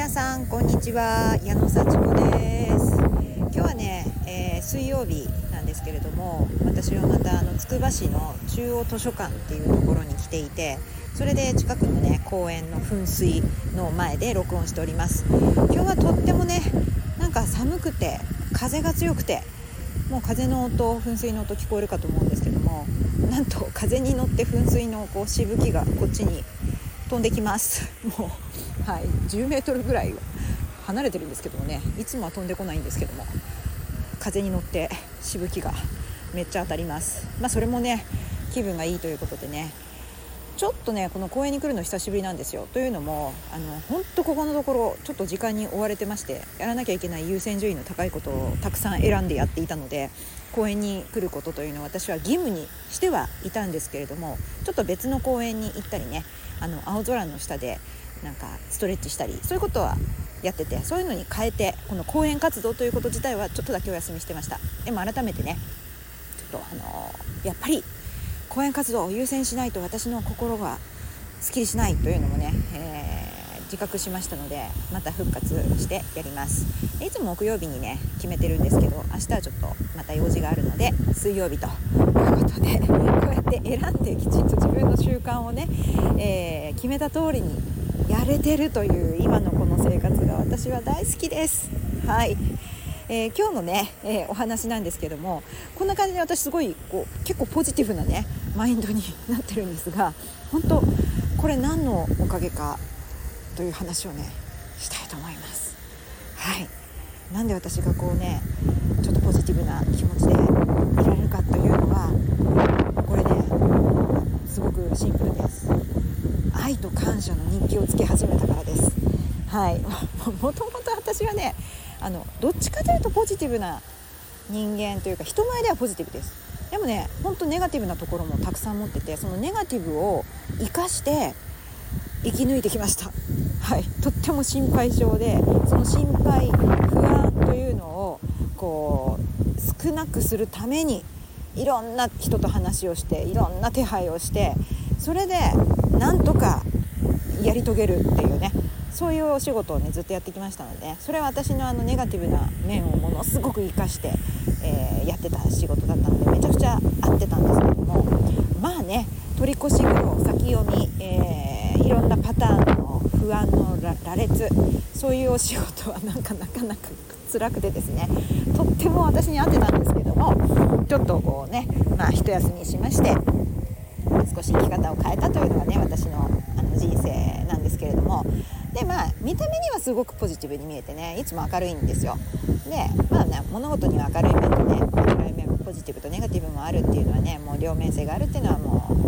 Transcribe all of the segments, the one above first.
皆さんこんにちは、矢野幸子です。今日はね、水曜日なんですけれども、私はまたつくば市の中央図書館っていうところに来ていて、それで近くのね公園の噴水の前で録音しております。今日はとってもねなんか寒くて風が強くて、もう風の音、噴水の音聞こえるかと思うんですけども、なんと風に乗って噴水のしぶきがこっちに飛んできますもう、10メートルぐらい離れてるんですけどもね、いつもは飛んでこないんですけども、風に乗ってしぶきがめっちゃ当たります。それもね気分がいいということでね、ちょっとねこの公園に来るの久しぶりなんですよ。というのも本当ここのところちょっと時間に追われてまして、やらなきゃいけない優先順位の高いことをたくさん選んでやっていたので、公園に来ることというのは私は義務にしてはいたんですけれども、ちょっと別の公園に行ったりね、青空の下でなんかストレッチしたり、そういうことはやってて、そういうのに変えてこの公園活動ということ自体はちょっとだけお休みしてました。でも改めてねちょっとやっぱり公園活動を優先しないと私の心がすっきりしないというのもね、自覚しましたので、また復活してやります。いつも木曜日にね決めてるんですけど、明日はちょっとまた用事があるので水曜日ということで、こうやって選んできちんと自分の習慣をね、決めた通りにやれてるという今のこの生活が私は大好きです。今日のね、お話なんですけども、こんな感じで私すごい結構ポジティブなねマインドになってるんですが、本当これ何のおかげかという話をねしたいと思います。なんで私がちょっとポジティブな気持ちでいられるかというのは、これねすごくシンプルです。愛と感謝の日記をつけ始めたからです。もともと私はねどっちかというとポジティブな人間というか、人前ではポジティブです。でもね本当ネガティブなところもたくさん持ってて、そのネガティブを生かして生き抜いてきました。とっても心配性で、その心配不安というのを少なくするためにいろんな人と話をして、いろんな手配をして、それでなんとかやり遂げるっていうね、そういうお仕事をねずっとやってきましたので、それは私のネガティブな面をものすごく生かして、やってた仕事だったので、めちゃくちゃ合ってたんですけども、取り越し苦労、先読み、いろんなパターンの不安の羅列、そういうお仕事はなかなか辛くてですね、とっても私に合ってたんですけども、ちょっと一休みしまして、少し生き方を変えたというのがね私の人生なんですけれども、で見た目にはすごくポジティブに見えてね、いつも明るいんですよ。で物事には明るい面とね暗い面、ポジティブとネガティブもあるっていうのはね、もう両面性があるっていうのはもう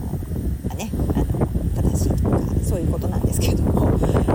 正しいというかそういうことなんですけれども、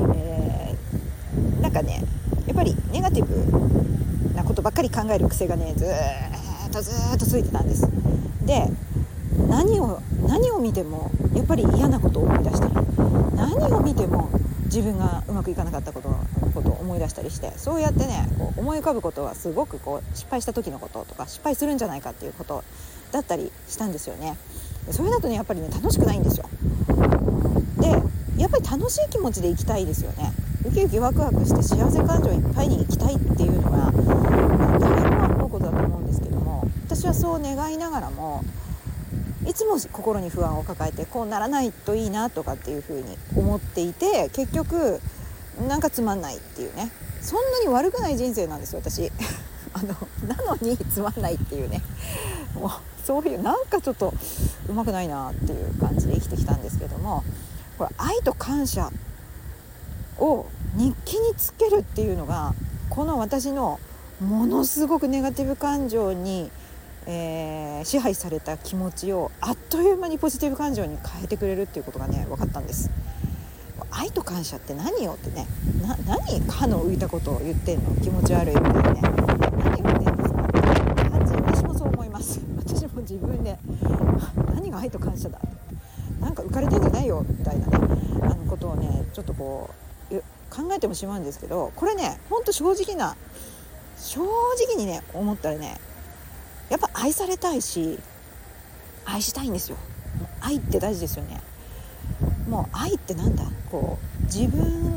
やっぱりネガティブなことばっかり考える癖がねずーっとついてたんです。で何を見てもやっぱり嫌なことを思い出したり、何を見ても自分がうまくいかなかったことを思い出したりして、そうやってね思い浮かぶことはすごく失敗した時のこととか、失敗するんじゃないかっていうことだったりしたんですよね。それだとねやっぱりね楽しくないんですよ。でやっぱり楽しい気持ちで生きたいですよね。ウキウキワクワクして幸せ感情いっぱいに生きたいっていうのが誰もが思うことだと思うんですけども、私はそう願いながらもいつも心に不安を抱えて、こうならないといいなとかっていう風に思っていて、結局なんかつまんないっていうね、そんなに悪くない人生なんですよ私なのにつまんないっていうね、もうそういうなんかちょっとうまくないなっていう感じで生きてきたんですけども、これ愛と感謝を日記につけるっていうのが、この私のものすごくネガティブ感情に支配された気持ちをあっという間にポジティブ感情に変えてくれるっていうことがね分かったんです。愛と感謝って何よってね、何歯の浮いたことを言ってんの、気持ち悪いみたいなね、何言ってんですかって感じ、私もそう思います。私も自分で何が愛と感謝だ、なんか浮かれてんじゃないよみたいなねことをねちょっと考えてもしまうんですけど、これねほんと正直にね思ったらね、やっぱ愛されたいし愛したいんですよ。愛って大事ですよね。もう愛ってなんだ、自分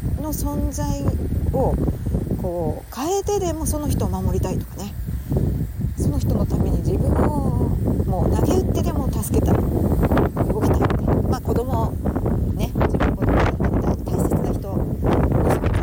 の存在をこう変えてでもその人を守りたいとかね、その人のために自分をもう投げ打ってでも助けたい、動きたい、まあ子供ね、自分の子供だったり大切な人の存在、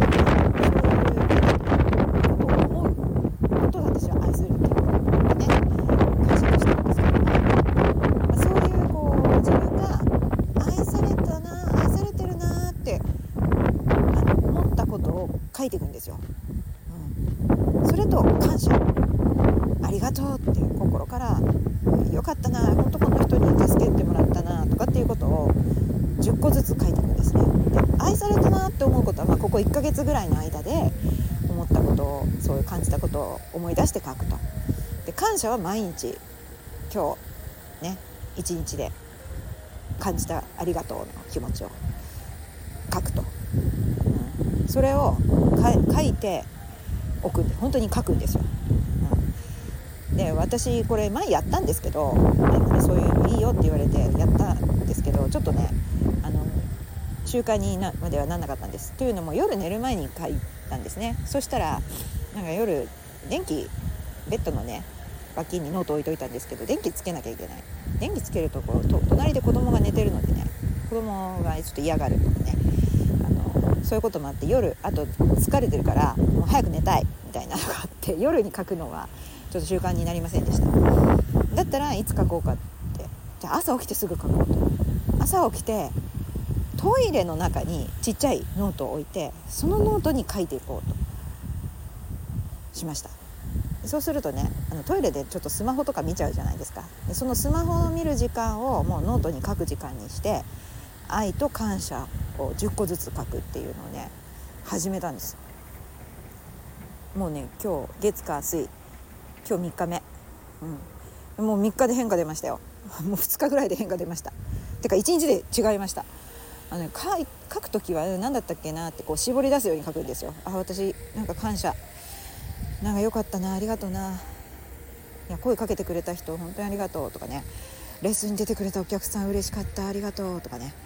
そういうことを思うことが私は愛するっていうことね、解釈してるんですけども、そういうこう自分が愛されたな、愛されてるなって思ったことを書いていくんですよ、それと感謝、ありがとうっていう心からよかったな、本当この人に助けてもらったなとかっていうことを10個ずつ書いていくんですね。で愛されたなって思うことは、ここ1ヶ月ぐらいの間で思ったことを、そういう感じたことを思い出して書くと。で感謝は毎日、今日ね一日で感じたありがとうの気持ちを書くと、それを書いておくんで、本当に書くんですよ、で私これ前やったんですけど、そういうのいいよって言われてやったんですけど、ちょっとね習慣にまではなんなかったんです。というのも夜寝る前に書いたんですね。そしたらなんか夜ベッドのね脇にノート置いといたんですけど、電気つけなきゃいけない。電気つけると隣で子供が寝てるのでね、子供がちょっと嫌がるとかね、そういうこともあって、夜あと疲れてるからもう早く寝たいみたいなのがあって、夜に書くのはちょっと習慣になりませんでした。だったらいつ書こうかって、じゃあ朝起きてすぐ書こうと。朝起きてトイレの中にちっちゃいノートを置いて、そのノートに書いていこうとしました。そうするとね、トイレでちょっとスマホとか見ちゃうじゃないですか。でそのスマホを見る時間をもうノートに書く時間にして、愛と感謝を10個ずつ書くっていうのをね始めたんです。もうね今日月火水、今日3日目、もう3日で変化出ましたよもう2日ぐらいで変化出ました。てか1日で違いました。書くときは何だったっけなってこう絞り出すように書くんですよ。私なんか感謝、なんか良かったな、ありがとうな、いや声かけてくれた人本当にありがとうとかね、レッスンに出てくれたお客さん嬉しかった、ありがとうとかね、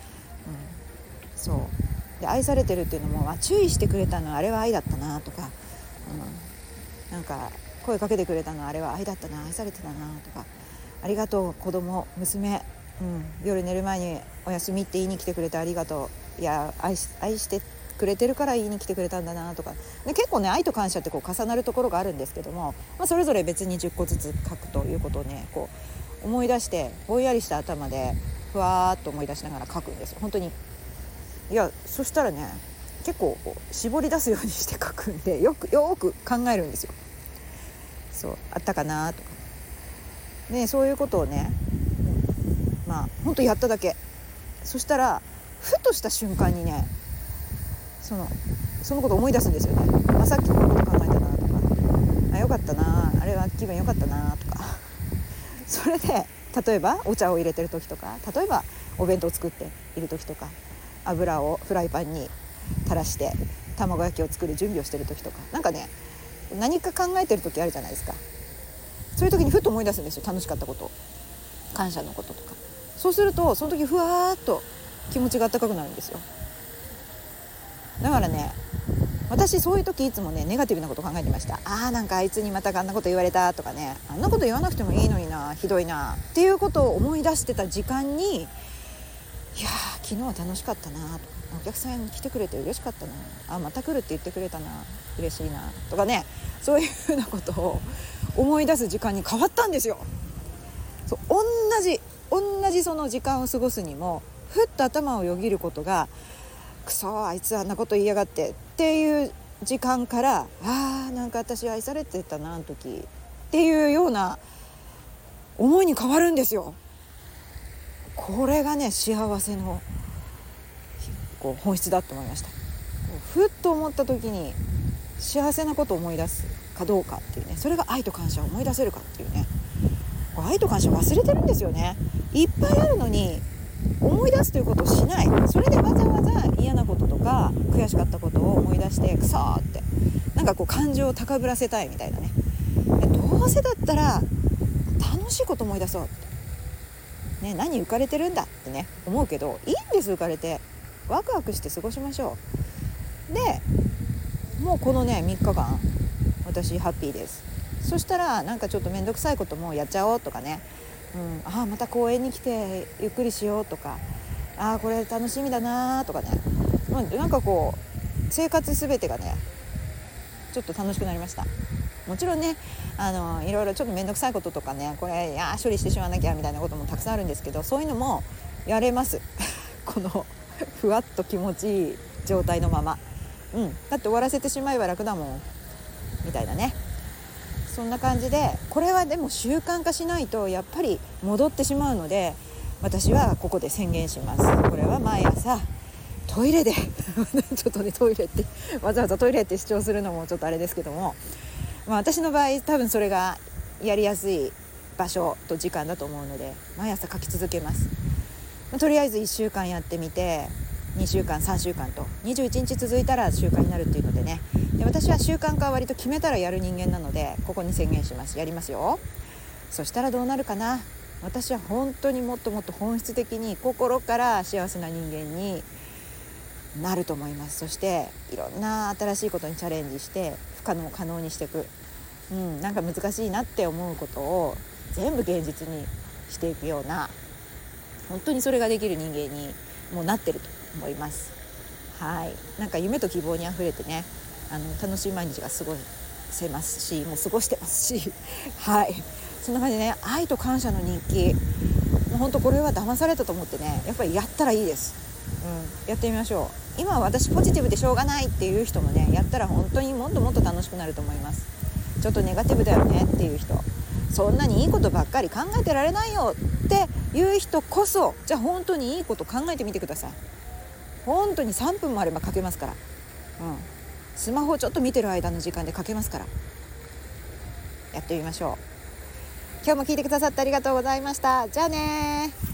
そうで愛されてるっていうのも、注意してくれたのはあれは愛だったなとか、なんか声かけてくれたのはあれは愛だったな、愛されてたなとか、ありがとう子供娘、夜寝る前におやすみって言いに来てくれてありがとう、いや愛してくれてるから言いに来てくれたんだなとかで、結構ね愛と感謝ってこう重なるところがあるんですけども、それぞれ別に10個ずつ書くということをねこう思い出して、ぼんやりした頭でふわーっと思い出しながら書くんですよ。本当にいやそしたらね結構こう絞り出すようにして書くんで、よく考えるんですよ。そうあったかなとかね、そういうことをね本当やっただけ。そしたらふとした瞬間にねそのことを思い出すんですよね。さっきこのこと考えたなとか、よかったな、あれは気分よかったなとかそれで例えばお茶を入れてる時とか、例えばお弁当を作っている時とか、油をフライパンに垂らして卵焼きを作る準備をしてる時とか、なんかね何か考えてる時あるじゃないですか。そういう時にふっと思い出すんですよ、楽しかったこと、感謝のこととか。そうするとその時ふわーっと気持ちが温かくなるんですよ。だからね私そういう時いつもねネガティブなこと考えてました。なんかあいつにまたあんなこと言われたとかね、あんなこと言わなくてもいいのにな、ひどいなっていうことを思い出してた時間に、いや昨日は楽しかったなとか、お客さん来てくれて嬉しかったな、また来るって言ってくれたな、嬉しいなとかね、そういうふうなことを思い出す時間に変わったんですよ。そう同じその時間を過ごすにもふっと頭をよぎることが、くそあいつあんなこと言いやがってっていう時間から、なんか私愛されてたなあの時っていうような思いに変わるんですよ。これがね幸せのこう本質だと思いました。ふっと思った時に幸せなことを思い出すかどうかっていうね、それが愛と感謝を思い出せるかっていうね、愛と感謝忘れてるんですよね。いっぱいあるのに思い出すということをしない。それでわざわざ嫌なこととか悔しかったことを思い出してくそーってなんかこう感情を高ぶらせたいみたいなね、どうせだったら楽しいこと思い出そうって、何浮かれてるんだってね思うけど、いいんです浮かれて、ワクワクして過ごしましょでもうこのね3日間私ハッピーです。そしたらなんかちょっと面倒くさいこともやっちゃおうとかね、また公園に来てゆっくりしようとか、これ楽しみだなとかね、なんかこう生活すべてがねちょっと楽しくなりました。もちろんねいろいろちょっと面倒くさいこととかね、これ処理してしまわなきゃみたいなこともたくさんあるんですけど、そういうのもやれますこのふわっと気持ちいい状態のまま、だって終わらせてしまえば楽だもんみたいなね、そんな感じで、これはでも習慣化しないとやっぱり戻ってしまうので、私はここで宣言します。これは毎朝トイレでちょっとねトイレってわざわざトイレって主張するのもちょっとあれですけども、私の場合多分それがやりやすい場所と時間だと思うので、毎朝書き続けます。とりあえず1週間やってみて、2週間3週間と21日続いたら習慣になるっていうのでね、で私は習慣化は割と決めたらやる人間なので、ここに宣言します。やりますよ。そしたらどうなるかな。私は本当にもっともっと本質的に心から幸せな人間になると思います。そしていろんな新しいことにチャレンジして不可能を可能にしていく、なんか難しいなって思うことを全部現実にしていくような、本当にそれができる人間にもうなってると思います。なんか夢と希望にあふれてね、楽しい毎日が過ごせますし、もう過ごしてますしそんな感じでね、愛と感謝の日記、もう本当これは騙されたと思ってね、やっぱりやったらいいです。やってみましょう。今私ポジティブでしょうがないっていう人もね、やったら本当にもっともっと楽しくなると思います。ちょっとネガティブだよねっていう人、そんなにいいことばっかり考えてられないよっていう人こそ、じゃあ本当にいいこと考えてみてください。本当に3分もあれば書けますから、スマホをちょっと見てる間の時間で書けますから、やってみましょう。今日も聞いてくださってありがとうございました。じゃあね。